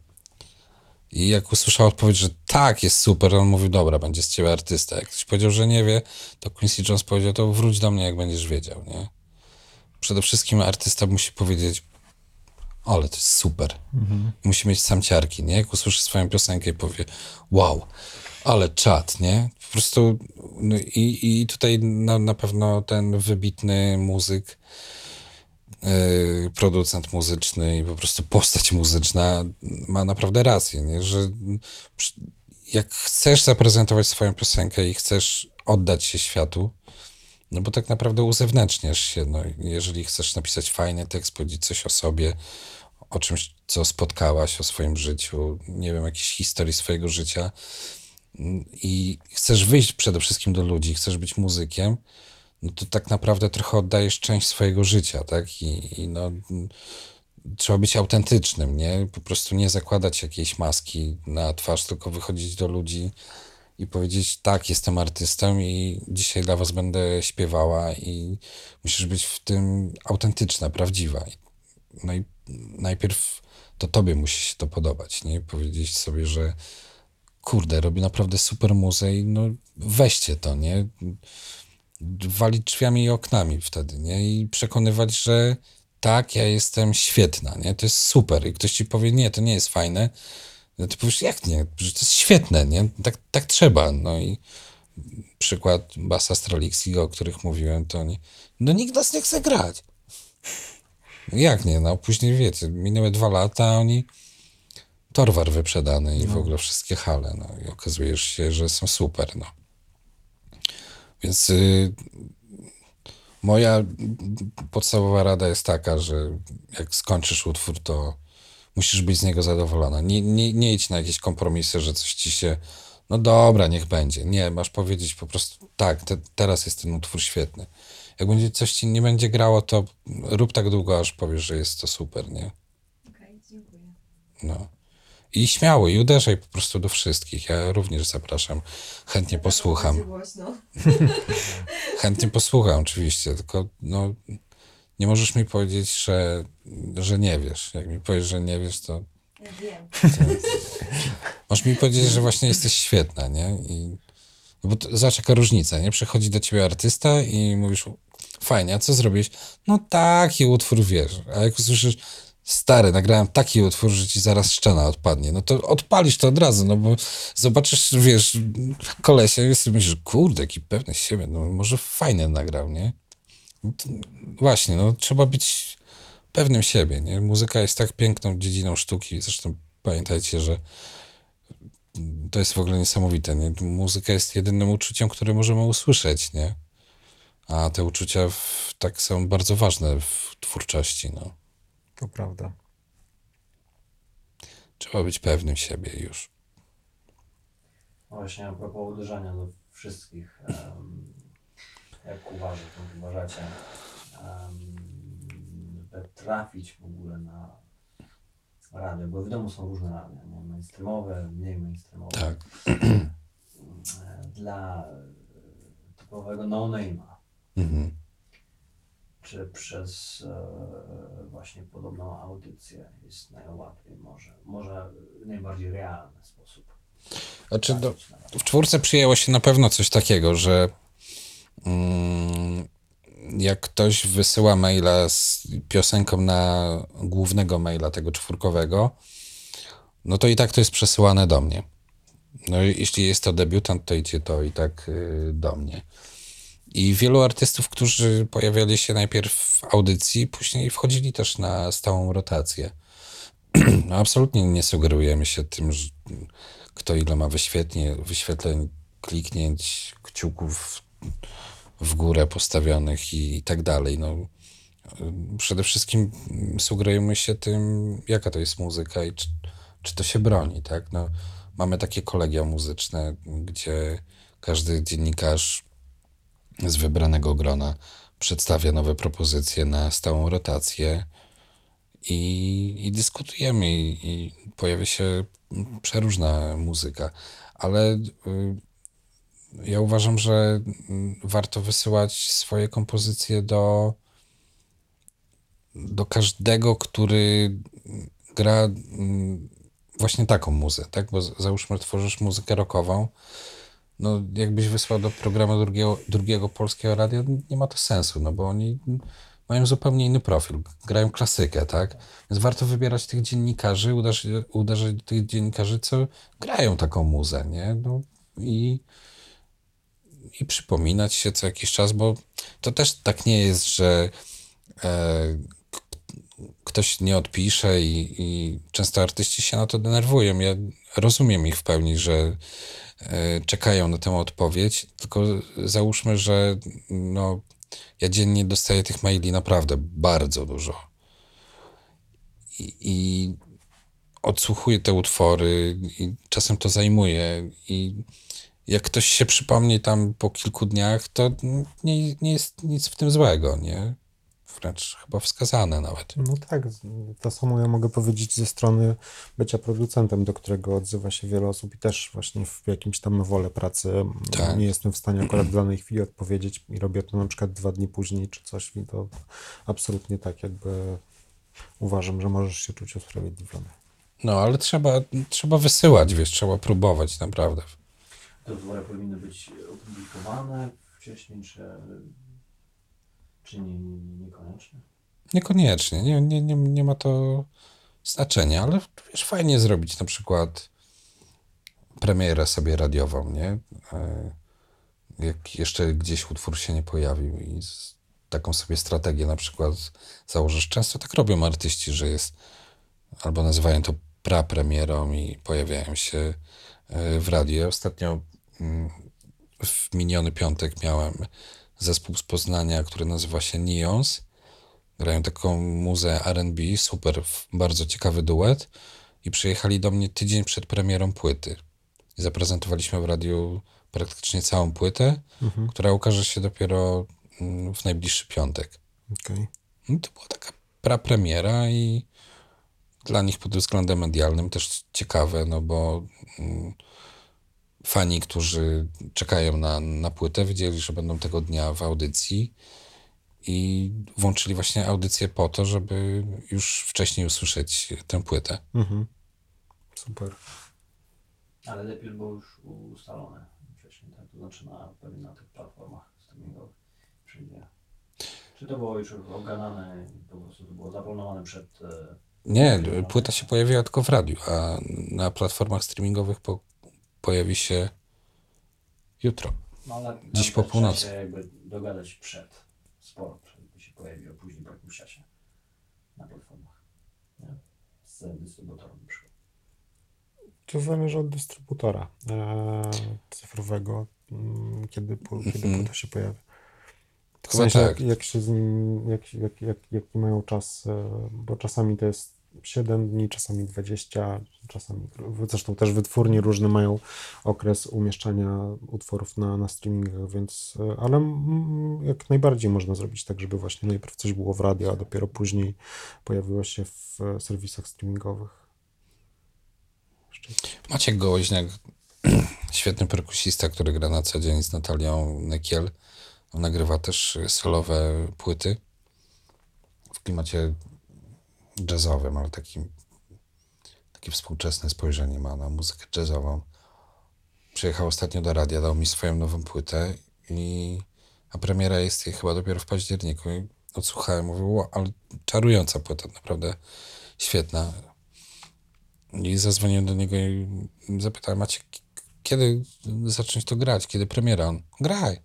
I jak usłyszał odpowiedź, że tak, jest super, on mówił, dobra, będzie z ciebie artysta. Jak ktoś powiedział, że nie wie, to Quincy Jones powiedział, to wróć do mnie, jak będziesz wiedział, nie? Przede wszystkim artysta musi powiedzieć, ale to jest super. Musi mieć samciarki, nie? Jak usłyszy swoją piosenkę i powie, wow, ale czad, nie? Po prostu no i tutaj na pewno ten wybitny muzyk, producent muzyczny i po prostu postać muzyczna ma naprawdę rację, nie? Że jak chcesz zaprezentować swoją piosenkę i chcesz oddać się światu, no bo tak naprawdę uzewnętrzniasz się, no jeżeli chcesz napisać fajny tekst, powiedzieć coś o sobie, o czymś, co spotkałaś, o swoim życiu, nie wiem, jakiejś historii swojego życia i chcesz wyjść przede wszystkim do ludzi, chcesz być muzykiem, no to tak naprawdę trochę oddajesz część swojego życia, tak? I no, trzeba być autentycznym, nie? Po prostu nie zakładać jakiejś maski na twarz, tylko wychodzić do ludzi i powiedzieć, tak, jestem artystą i dzisiaj dla was będę śpiewała i musisz być w tym autentyczna, prawdziwa. No i najpierw to tobie musi się to podobać, nie? Powiedzieć sobie, że kurde, robi naprawdę super muzę i no weźcie to, nie? Walić drzwiami i oknami wtedy, nie? I przekonywać, że tak, ja jestem świetna, nie? To jest super. I ktoś ci powie, nie, to nie jest fajne. No ty powiesz, jak nie? Że to jest świetne, nie? Tak trzeba. No i przykład Bassa Stralixiego, o których mówiłem, to nie, no nikt nas nie chce grać. No jak nie? No później wiecie, minęły 2 lata, a oni Torwar wyprzedany i w ogóle wszystkie hale, no i okazuje się, że są super, no. Więc moja podstawowa rada jest taka, że jak skończysz utwór, to musisz być z niego zadowolona. Nie idź na jakieś kompromisy, że coś ci się, no dobra, niech będzie. Nie, masz powiedzieć po prostu, tak, teraz jest ten utwór świetny. Jak będzie coś ci nie będzie grało, to rób tak długo, aż powiesz, że jest to super, nie? Okej, dziękuję. No. I śmiało, i uderzaj po prostu do wszystkich. Ja również zapraszam. Chętnie posłucham. Będzie głośno. Chętnie posłucham oczywiście, tylko no, nie możesz mi powiedzieć, że nie wiesz. Jak mi powiesz, że nie wiesz, to Ja wiem. możesz mi powiedzieć, że właśnie jesteś świetna, nie? I No bo zobacz jaka różnica, nie? Przychodzi do ciebie artysta i mówisz, fajnie, a co zrobiłeś? No taki utwór, wiesz. A jak usłyszysz, stary, nagrałem taki utwór, że ci zaraz szczena odpadnie, no to odpalisz to od razu, no bo zobaczysz, wiesz, kolesia i sobie myślisz, kurde, jaki pewny siebie, no może fajnie nagrał, nie? No to, właśnie, no trzeba być pewnym siebie, nie? Muzyka jest tak piękną dziedziną sztuki, zresztą pamiętajcie, że to jest w ogóle niesamowite, nie? Muzyka jest jedynym uczuciem, które możemy usłyszeć, nie? A te uczucia tak są bardzo ważne w twórczości, no. To prawda. Trzeba być pewnym siebie już. No właśnie a propos uderzania do wszystkich, jak uważacie, żeby trafić w ogóle na radio, bo w domu są różne radia, nie? Mainstreamowe, mniej mainstreamowe. Tak. Dla typowego no-name'a, Mhm. czy przez właśnie podobną audycję jest najłatwiej, może w najbardziej realny sposób. Znaczy, trafić na radio? w czwórce przyjęło się na pewno coś takiego, że jak ktoś wysyła maila z piosenką na głównego maila tego czwórkowego, no to i tak to jest przesyłane do mnie. No i jeśli jest to debiutant, to idzie to i tak do mnie. I wielu artystów, którzy pojawiali się najpierw w audycji, później wchodzili też na stałą rotację. No, absolutnie nie sugerujemy się tym, że kto ile ma wyświetleń, kliknięć, kciuków w górę postawionych i tak dalej. No, przede wszystkim sugerujemy się tym, jaka to jest muzyka i czy to się broni, tak? No, mamy takie kolegia muzyczne, gdzie każdy dziennikarz z wybranego grona przedstawia nowe propozycje na stałą rotację i dyskutujemy i pojawia się przeróżna muzyka, ale ja uważam, że warto wysyłać swoje kompozycje do każdego, który gra właśnie taką muzę, tak? Bo załóżmy, tworzysz muzykę rockową, no jakbyś wysłał do programu drugiego polskiego radia, nie ma to sensu, no bo oni mają zupełnie inny profil, grają klasykę, tak? Więc warto wybierać tych dziennikarzy, uderzać do tych dziennikarzy, co grają taką muzę, nie? No i przypominać się co jakiś czas, bo to też tak nie jest, że ktoś nie odpisze i często artyści się na to denerwują. Ja rozumiem ich w pełni, że czekają na tę odpowiedź, tylko załóżmy, że no, ja dziennie dostaję tych maili naprawdę bardzo dużo. I odsłuchuję te utwory i czasem to zajmuje i jak ktoś się przypomni tam po kilku dniach, to nie jest nic w tym złego, nie? Wręcz chyba wskazane nawet. No tak, to samo ja mogę powiedzieć ze strony bycia producentem, do którego odzywa się wiele osób i też właśnie w jakimś tam wolę pracy Tak. nie jestem w stanie akurat w danej chwili odpowiedzieć i robię to na przykład 2 dni później czy coś i to absolutnie tak jakby uważam, że możesz się czuć usprawiedliwiony. No, ale trzeba wysyłać, wiesz, trzeba próbować, naprawdę. Te utwory powinny być opublikowane wcześniej, czy niekoniecznie? Niekoniecznie, nie ma to znaczenia, ale wiesz, fajnie zrobić na przykład premierę sobie radiową, nie? Jak jeszcze gdzieś utwór się nie pojawił i taką sobie strategię na przykład założysz. Często tak robią artyści, że jest albo nazywają to prapremierą i pojawiają się w radiu. Ja ostatnio w miniony piątek miałem zespół z Poznania, który nazywa się Neons. Grają taką muzę R&B, super, bardzo ciekawy duet i przyjechali do mnie tydzień przed premierą płyty. I zaprezentowaliśmy w radiu praktycznie całą płytę, która ukaże się dopiero w najbliższy piątek. Okej. No to była taka prapremiera i dla nich pod względem medialnym też ciekawe, no bo fani, którzy czekają na płytę, wiedzieli, że będą tego dnia w audycji i włączyli właśnie audycję po to, żeby już wcześniej usłyszeć tę płytę. Super. Ale lepiej było już ustalone wcześniej, tak? to znaczy pewnie na tych platformach streamingowych przyjdzie. Czy to było już ogarnane, po prostu to było zaplanowane przed... Nie, płyta się pojawiła tylko w radiu, a na platformach streamingowych pojawi się jutro. No, ale Dziś po trzeba północy. się jakby dogadać sporo przed, by się pojawiło później po jakimś czasie na platformach. Nie? Z dystrybutorem na przykład. To zależy od dystrybutora cyfrowego, kiedy płyta się pojawia. W Chyba sensie, tak. jak się z nim, jaki mają czas, bo czasami to jest 7 dni, czasami 20, czasami, zresztą też wytwórnie różne mają okres umieszczania utworów na streamingach, więc, ale jak najbardziej można zrobić tak, żeby właśnie najpierw coś było w radio, a dopiero później pojawiło się w serwisach streamingowych. Maciek Gołoźniak, świetny perkusista, który gra na co dzień z Natalią Nykiel. On nagrywa też solowe płyty w klimacie jazzowym, ale takie współczesne spojrzenie ma na muzykę jazzową. Przyjechał ostatnio do radia, dał mi swoją nową płytę, a premiera jest jej chyba dopiero w październiku. I odsłuchałem, mówię, wow, ale czarująca płyta, naprawdę świetna. I zadzwoniłem do niego i zapytałem, Maciek, kiedy zacząć to grać? Kiedy premiera? On, graj.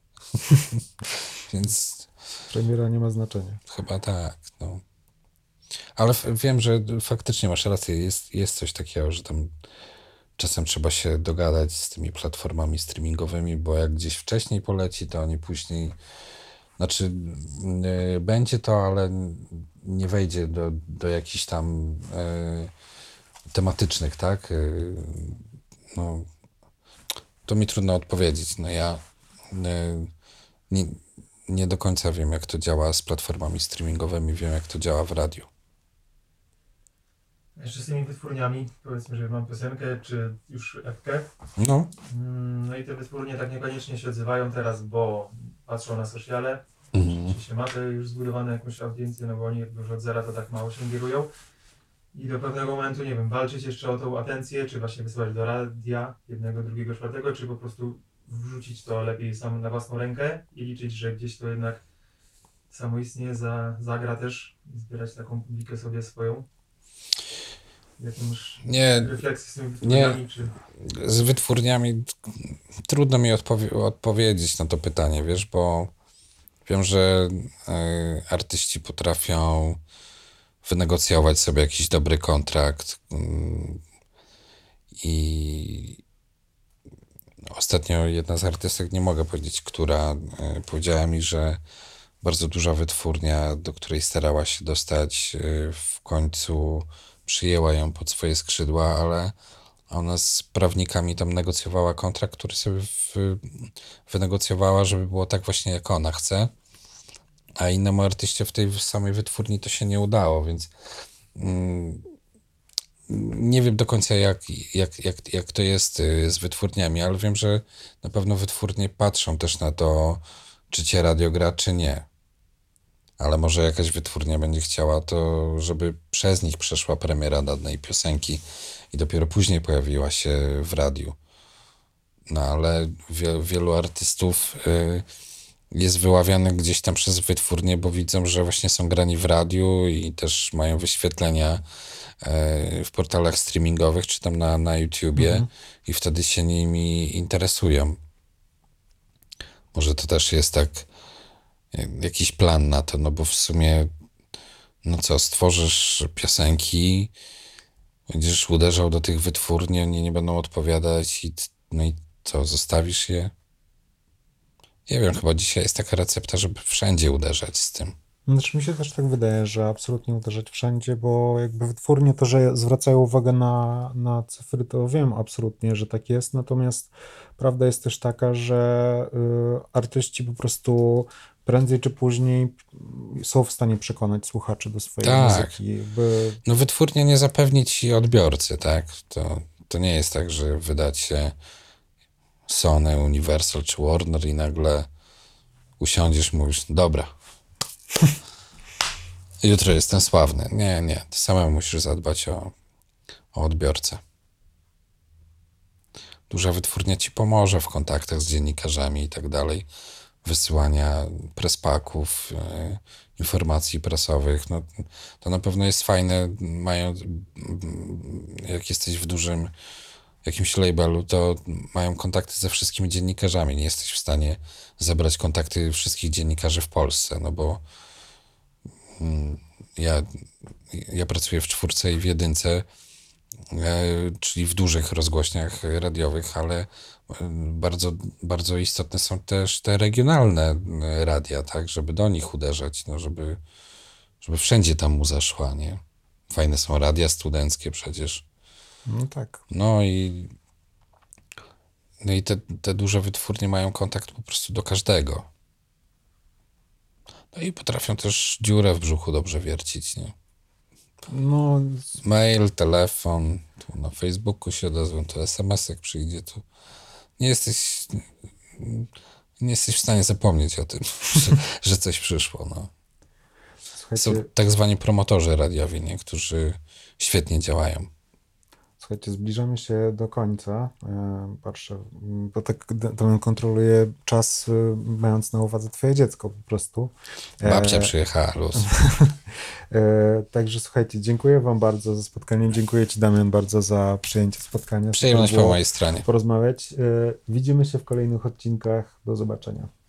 Więc Premiera nie ma znaczenia. chyba tak, no. Ale wiem, że faktycznie masz rację, jest coś takiego, że tam czasem trzeba się dogadać z tymi platformami streamingowymi, bo jak gdzieś wcześniej poleci, to oni później, znaczy będzie to, ale nie wejdzie do jakichś tam tematycznych, tak? No, to mi trudno odpowiedzieć. No ja nie do końca wiem, jak to działa z platformami streamingowymi, wiem, jak to działa w radiu. Jeszcze z tymi wytwórniami, powiedzmy, że mam piosenkę, czy już epkę. No, No i te wytwórnie tak niekoniecznie się odzywają teraz, bo patrzą na sociale, czy się ma te już zbudowane jakąś audiencję, no bo oni już od zera to tak mało się ingerują. I do pewnego momentu, nie wiem, walczyć jeszcze o tą atencję, czy właśnie wysyłać do radia jednego, drugiego, czwartego, czy po prostu wrzucić to lepiej sam na własną rękę i liczyć, że gdzieś to jednak samoistnie zagra też i zbierać taką publikę sobie swoją. Jakie masz nie, refleksje z tymi wytwórniami, czy... z wytwórniami trudno mi odpowiedzieć na to pytanie, wiesz, bo wiem, że artyści potrafią wynegocjować sobie jakiś dobry kontrakt i ostatnio jedna z artystek, nie mogę powiedzieć, która, powiedziała mi, że bardzo duża wytwórnia, do której starała się dostać, w końcu przyjęła ją pod swoje skrzydła, ale ona z prawnikami tam negocjowała kontrakt, który sobie wynegocjowała, żeby było tak właśnie, jak ona chce, a innemu artyście w tej samej wytwórni to się nie udało, więc nie wiem do końca, jak to jest z wytwórniami, ale wiem, że na pewno wytwórnie patrzą też na to, czy cię radio gra, czy nie. Ale może jakaś wytwórnia będzie chciała to, żeby przez nich przeszła premiera danej piosenki i dopiero później pojawiła się w radiu. No ale wielu artystów jest wyławianych gdzieś tam przez wytwórnię, bo widzą, że właśnie są grani w radiu i też mają wyświetlenia w portalach streamingowych, czy tam na YouTubie i wtedy się nimi interesują. Może to też jest tak jakiś plan na to, no bo w sumie no co, stworzysz piosenki, będziesz uderzał do tych wytwórni, oni nie będą odpowiadać no i co, zostawisz je? Nie wiem, chyba dzisiaj jest taka recepta, żeby wszędzie uderzać z tym. Znaczy mi się też tak wydaje, że absolutnie uderzać wszędzie, bo jakby wytwórnie to, że zwracają uwagę na cyfry, to wiem absolutnie, że tak jest, natomiast prawda jest też taka, że artyści po prostu prędzej czy później są w stanie przekonać słuchaczy do swojej Tak. muzyki. Jakby... No wytwórnia nie zapewni ci odbiorcy, tak? To nie jest tak, że wydać się Sony, Universal czy Warner i nagle usiądziesz, mówisz, dobra, jutro jestem sławny. Nie, ty samemu musisz zadbać o odbiorcę. duża wytwórnia ci pomoże w kontaktach z dziennikarzami i tak dalej, wysyłania presspaków, informacji prasowych. No, to na pewno jest fajne, jak jesteś w dużym jakimś labelu, to mają kontakty ze wszystkimi dziennikarzami. Nie jesteś w stanie zebrać kontakty wszystkich dziennikarzy w Polsce, no bo ja pracuję w 4 i w 1, czyli w dużych rozgłośniach radiowych, ale bardzo, bardzo istotne są też te regionalne radia, tak, żeby do nich uderzać, no żeby wszędzie tam muza szła, nie? Fajne są radia studenckie przecież. No tak. No i te duże wytwórnie mają kontakt po prostu do każdego. No i potrafią też dziurę w brzuchu dobrze wiercić, nie? No, Mail, telefon, tu na Facebooku się odezwą, tu SMS-ek przyjdzie, tu nie jesteś w stanie zapomnieć o tym, że coś przyszło, no. Są słuchajcie, tak zwani promotorzy radiowi, nie? Którzy świetnie działają. Słuchajcie, zbliżamy się do końca. Patrzę, bo tak to kontroluję czas, mając na uwadze twoje dziecko po prostu. Babcia przyjechała, luz. Także słuchajcie, dziękuję wam bardzo za spotkanie. Dziękuję ci, Damian, bardzo za przyjęcie spotkania. Przyjemność Super po było mojej stronie. porozmawiać. Widzimy się w kolejnych odcinkach. Do zobaczenia.